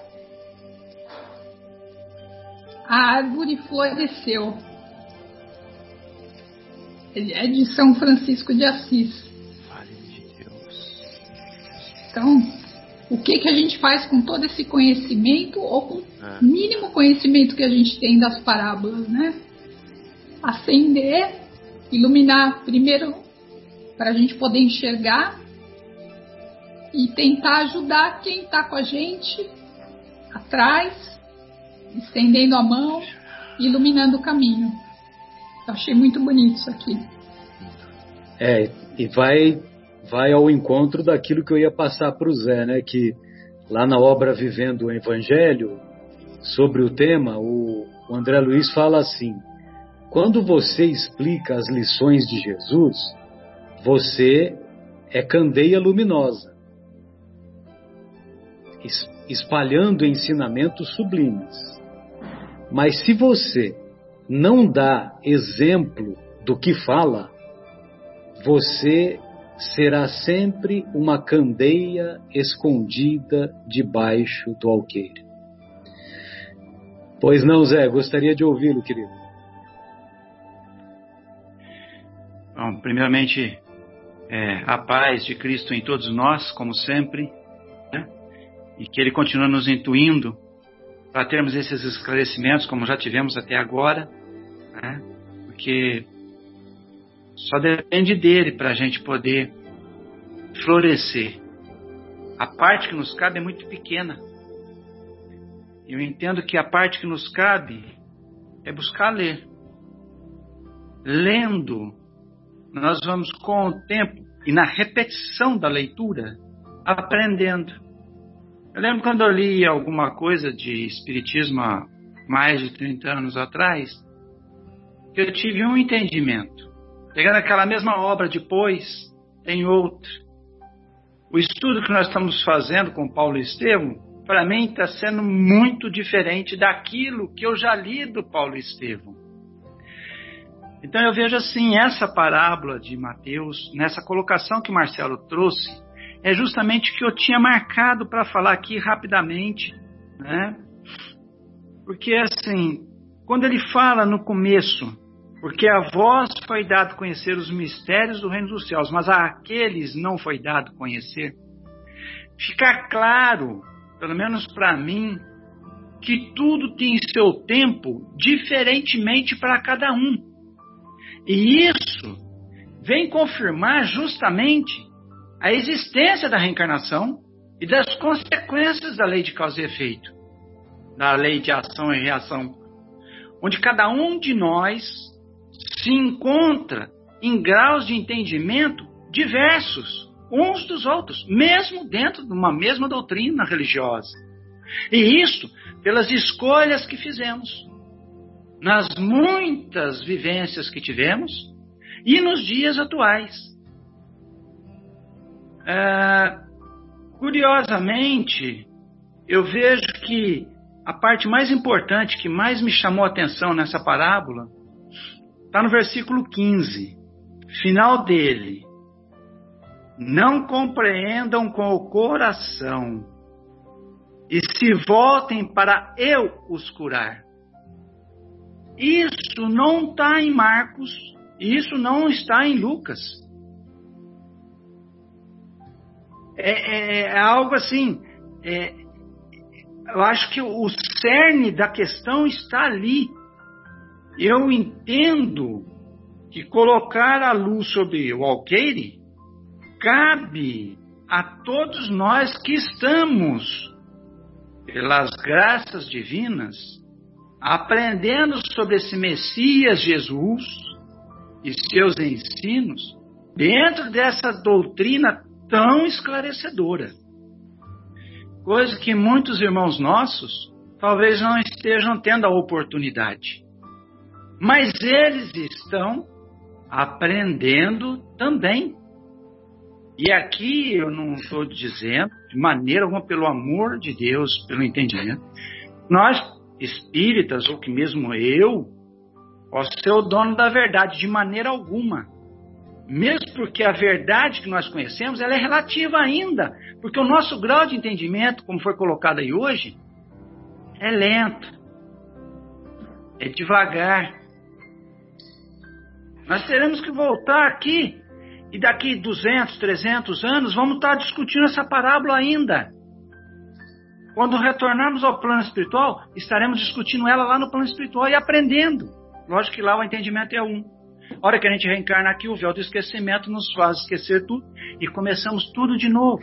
a árvore floresceu. Ele é de São Francisco de Assis. Fale-me de Deus. Então, o que, que a gente faz com todo esse conhecimento, ou com o mínimo conhecimento que a gente tem das parábolas, né? Acender, iluminar primeiro, para a gente poder enxergar e tentar ajudar quem está com a gente atrás, estendendo a mão, iluminando o caminho. Achei muito bonito isso aqui. É, e vai, vai ao encontro daquilo que eu ia passar para o Zé, né? Que lá na obra Vivendo o Evangelho, sobre o tema, o, o André Luiz fala assim: quando você explica as lições de Jesus, você é candeia luminosa, espalhando ensinamentos sublimes. Mas se você não dá exemplo do que fala, você será sempre uma candeia escondida debaixo do alqueire. Pois não, Zé, gostaria de ouvi-lo, querido. Bom, primeiramente, é, a paz de Cristo em todos nós, como sempre, né? E que Ele continue nos intuindo para termos esses esclarecimentos, como já tivemos até agora, né? Porque só depende dele para a gente poder florescer. A parte que nos cabe é muito pequena. Eu entendo que a parte que nos cabe é buscar ler. Lendo, nós vamos com o tempo e na repetição da leitura, aprendendo. Eu lembro quando eu li alguma coisa de espiritismo há mais de trinta anos atrás, que eu tive um entendimento. Pegando aquela mesma obra depois, tem outra. O estudo que nós estamos fazendo com Paulo e Estevão, para mim está sendo muito diferente daquilo que eu já li do Paulo e Estevão. Então eu vejo assim, essa parábola de Mateus, nessa colocação que o Marcelo trouxe, é justamente o que eu tinha marcado para falar aqui rapidamente, né? Porque assim, quando ele fala no começo, porque a vós foi dado conhecer os mistérios do reino dos céus, mas àqueles não foi dado conhecer, fica claro, pelo menos para mim, que tudo tem seu tempo diferentemente para cada um. E isso vem confirmar justamente a existência da reencarnação e das consequências da lei de causa e efeito, da lei de ação e reação, onde cada um de nós se encontra em graus de entendimento diversos uns dos outros, mesmo dentro de uma mesma doutrina religiosa. E isso pelas escolhas que fizemos, nas muitas vivências que tivemos e nos dias atuais. É, curiosamente, eu vejo que a parte mais importante, que mais me chamou a atenção nessa parábola, está no versículo quinze, final dele. Não compreendam com o coração e se voltem para eu os curar. Isso não está em Marcos, isso não está em Lucas. É, é, é algo assim, é, eu acho que o cerne da questão está ali. Eu entendo que colocar a luz sobre o alqueire cabe a todos nós que estamos, pelas graças divinas, aprendendo sobre esse Messias Jesus e seus ensinos dentro dessa doutrina tão esclarecedora. Coisa que muitos irmãos nossos talvez não estejam tendo a oportunidade. Mas eles estão aprendendo também. E aqui eu não estou dizendo, de maneira alguma, pelo amor de Deus, pelo entendimento, nós, espíritas, ou que mesmo eu, posso ser o dono da verdade, de maneira alguma. Mesmo porque a verdade que nós conhecemos, ela é relativa ainda. Porque o nosso grau de entendimento, como foi colocado aí hoje, é lento. É devagar. Nós teremos que voltar aqui, e daqui duzentos, trezentos anos, vamos estar discutindo essa parábola ainda. Quando retornarmos ao plano espiritual, estaremos discutindo ela lá no plano espiritual e aprendendo. Lógico que lá o entendimento é um. A hora que a gente reencarna aqui, o véu do esquecimento nos faz esquecer tudo e começamos tudo de novo.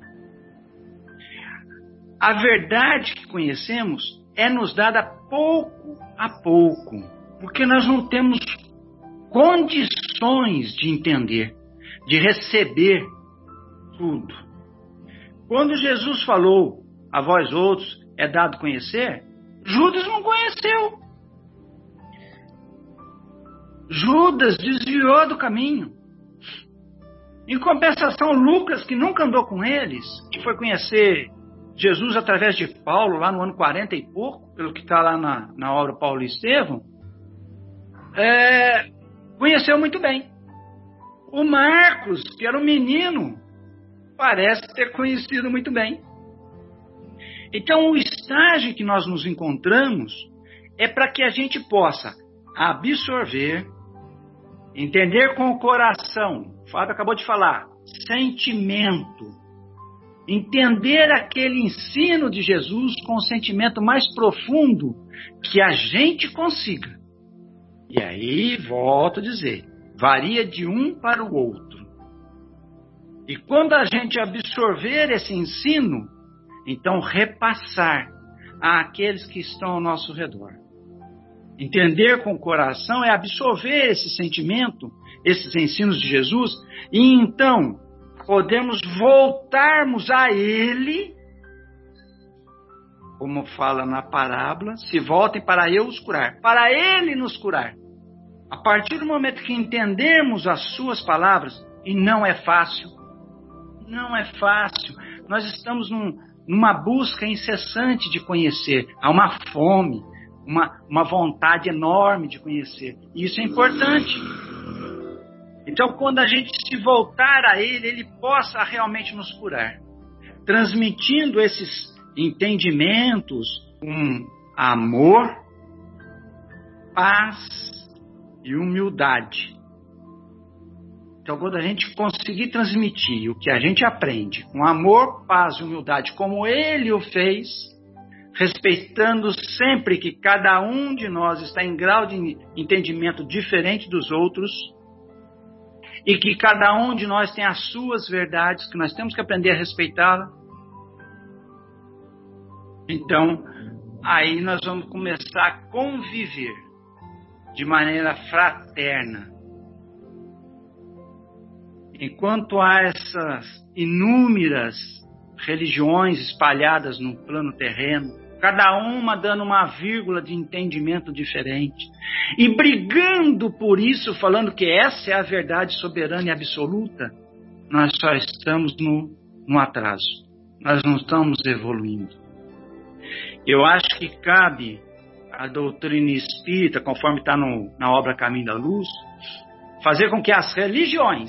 A verdade que conhecemos é nos dada pouco a pouco, porque nós não temos condições de entender, de receber tudo. Quando Jesus falou, a vós outros é dado conhecer, Judas não conheceu. Judas desviou do caminho. Em compensação, Lucas, que nunca andou com eles, que foi conhecer Jesus através de Paulo, lá no ano quarenta e pouco, pelo que está lá na, na obra Paulo e Estevão, é, conheceu muito bem. O Marcos, que era um menino, parece ter conhecido muito bem. Então, o estágio que nós nos encontramos é para que a gente possa absorver, entender com o coração, o Fábio acabou de falar, sentimento, entender aquele ensino de Jesus com o sentimento mais profundo que a gente consiga. E aí, volto a dizer, varia de um para o outro. E quando a gente absorver esse ensino, então repassar àqueles que estão ao nosso redor. Entender com o coração é absorver esse sentimento, esses ensinos de Jesus, e então podemos voltarmos a Ele, como fala na parábola, se voltem para eu os curar, para Ele nos curar. A partir do momento que entendemos as suas palavras, e não é fácil, não é fácil, nós estamos num, numa busca incessante de conhecer, há uma fome, uma, uma vontade enorme de conhecer, e isso é importante. Então, quando a gente se voltar a Ele, Ele possa realmente nos curar, transmitindo esses entendimentos com amor, paz e humildade. Então, quando a gente conseguir transmitir o que a gente aprende com amor, paz e humildade, como Ele o fez, respeitando sempre que cada um de nós está em grau de entendimento diferente dos outros, e que cada um de nós tem as suas verdades, que nós temos que aprender a respeitá-la. Então, aí nós vamos começar a conviver de maneira fraterna. Enquanto há essas inúmeras religiões espalhadas no plano terreno, cada uma dando uma vírgula de entendimento diferente, e brigando por isso, falando que essa é a verdade soberana e absoluta, nós só estamos no, no atraso. Nós não estamos evoluindo. Eu acho que cabe à doutrina espírita, conforme está na obra Caminho da Luz, fazer com que as religiões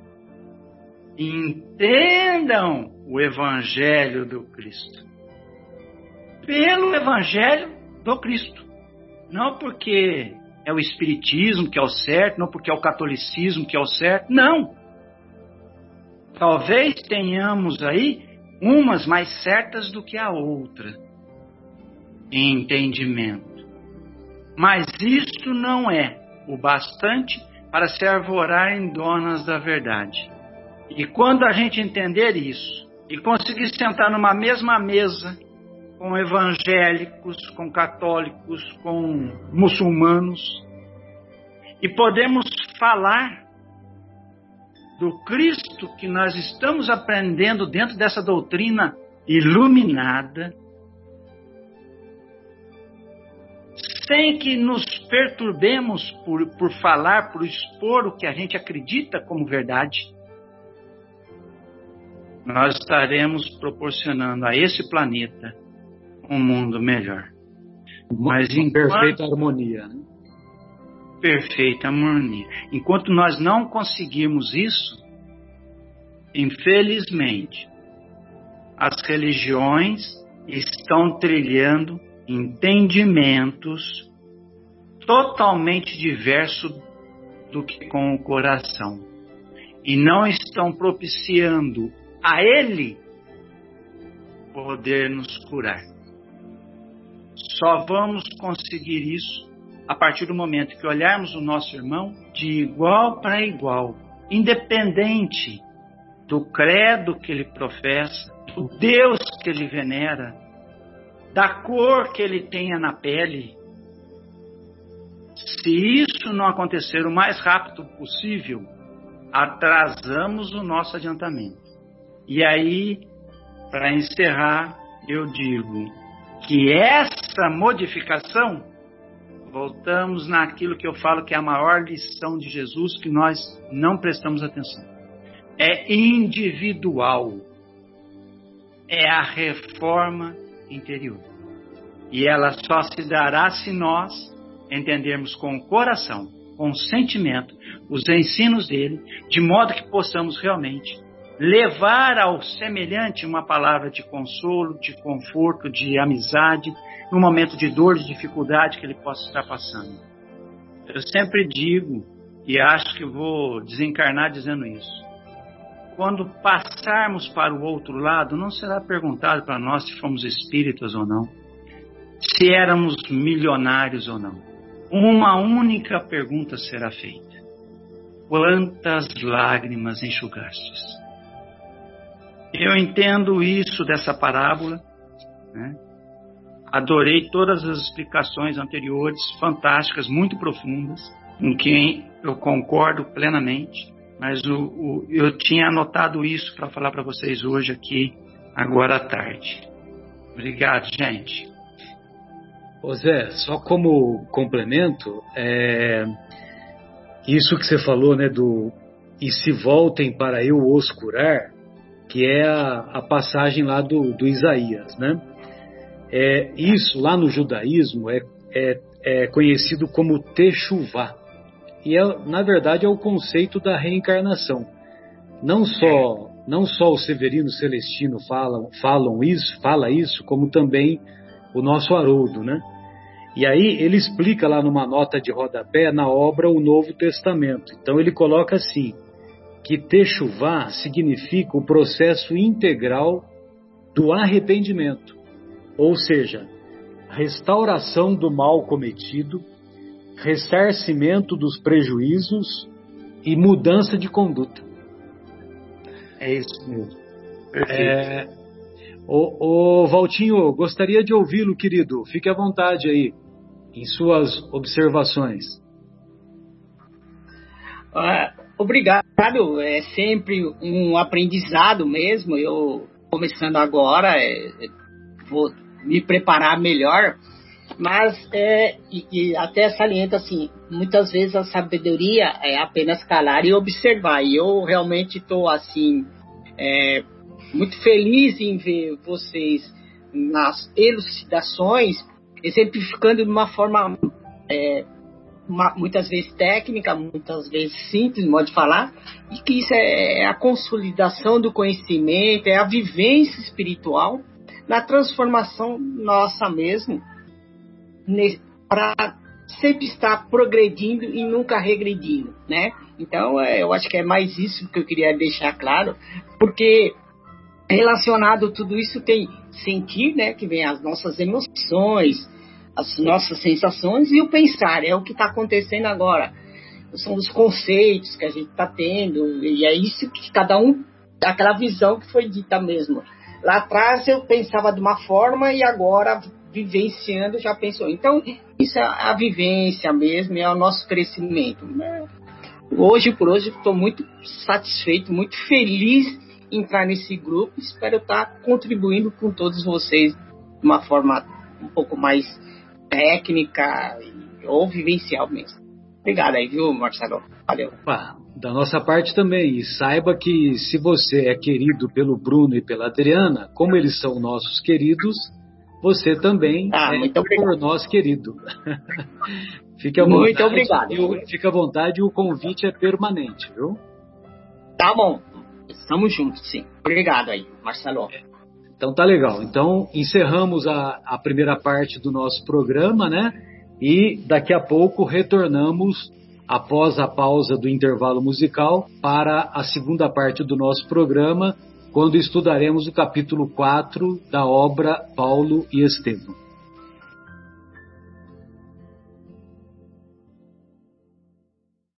entendam o Evangelho do Cristo. Pelo Evangelho do Cristo. Não porque é o Espiritismo que é o certo, não porque é o Catolicismo que é o certo. Não. Talvez tenhamos aí umas mais certas do que a outra em entendimento. Mas isto não é o bastante para se arvorarem donas da verdade. E quando a gente entender isso e conseguir sentar numa mesma mesa com evangélicos, com católicos, com muçulmanos, e podemos falar do Cristo que nós estamos aprendendo dentro dessa doutrina iluminada, sem que nos perturbemos por, por falar, por expor o que a gente acredita como verdade, nós estaremos proporcionando a esse planeta um mundo melhor. Mas enquanto... perfeita harmonia, né? Perfeita harmonia. Enquanto nós não conseguirmos isso, infelizmente, as religiões estão trilhando entendimentos totalmente diversos do que com o coração. E não estão propiciando a Ele poder nos curar. Só vamos conseguir isso a partir do momento que olharmos o nosso irmão de igual para igual, independente do credo que ele professa, do Deus que ele venera, da cor que ele tenha na pele. Se isso não acontecer o mais rápido possível, atrasamos o nosso adiantamento. E aí, para encerrar, eu digo que essa modificação, voltamos naquilo que eu falo que é a maior lição de Jesus, que nós não prestamos atenção. É individual. É a reforma interior. E ela só se dará se nós entendermos com o coração, com o sentimento, os ensinos dele, de modo que possamos realmente levar ao semelhante uma palavra de consolo, de conforto, de amizade, no momento de dor, de dificuldade que ele possa estar passando. Eu sempre digo, e acho que vou desencarnar dizendo isso, quando passarmos para o outro lado, não será perguntado para nós se fomos espíritas ou não, se éramos milionários ou não. Uma única pergunta será feita: quantas lágrimas enxugastes? Eu entendo isso dessa parábola, né? Adorei todas as explicações anteriores, fantásticas, muito profundas, com quem eu concordo plenamente, mas o, o, eu tinha anotado isso para falar para vocês hoje aqui, agora à tarde. Obrigado, gente. Ô Zé, só como complemento, é, isso que você falou, né, do e se voltem para eu os curar, que é a, a passagem lá do, do Isaías, né? É, isso lá no judaísmo é, é, é conhecido como Techuvá, e é, na verdade é o conceito da reencarnação. Não só, não só o Severino Celestino falam, falam isso, fala isso, como também o nosso Haroldo, né? E aí ele explica lá numa nota de rodapé na obra O Novo Testamento. Então ele coloca assim, que Techuvá significa o processo integral do arrependimento, ou seja, restauração do mal cometido, ressarcimento dos prejuízos e mudança de conduta. É isso mesmo. É, ô, ô Valtinho, gostaria de ouvi-lo, querido. Fique à vontade aí, em suas observações. Ah, obrigado. É sempre um aprendizado mesmo. Eu, começando agora, é, vou me preparar melhor. Mas, é, e, e até saliento assim, muitas vezes a sabedoria é apenas calar e observar. E eu realmente estou, assim, é, muito feliz em ver vocês nas elucidações, exemplificando de uma forma, é, uma, muitas vezes técnica, muitas vezes simples, modo de falar, e que isso é a consolidação do conhecimento, é a vivência espiritual na transformação nossa mesmo, para sempre estar progredindo e nunca regredindo, né? Então, é, eu acho que é mais isso que eu queria deixar claro, porque relacionado tudo isso tem sentir, né? Que vem as nossas emoções, as nossas sensações e o pensar, é o que está acontecendo agora. São os conceitos que a gente está tendo, e é isso que cada um, aquela visão que foi dita mesmo. Lá atrás eu pensava de uma forma e agora vivenciando já pensou. Então, isso é a vivência mesmo, é o nosso crescimento. Hoje por hoje estou muito satisfeito, muito feliz em entrar nesse grupo. Espero estar contribuindo com todos vocês de uma forma um pouco mais técnica ou vivencial mesmo. Obrigado aí, viu, Marcelo? Valeu. Opa, da nossa parte também. E saiba que se você é querido pelo Bruno e pela Adriana, como eles são nossos queridos, você também ah, é por nós querido. Fique à muito vontade, obrigado. Eu, fique à vontade, o convite é permanente, viu? Tá bom. Estamos juntos, sim. Obrigado aí, Marcelo. Então tá legal. Então encerramos a, a primeira parte do nosso programa, né? E daqui a pouco retornamos, após a pausa do intervalo musical, para a segunda parte do nosso programa, quando estudaremos o capítulo quatro da obra Paulo e Estevão.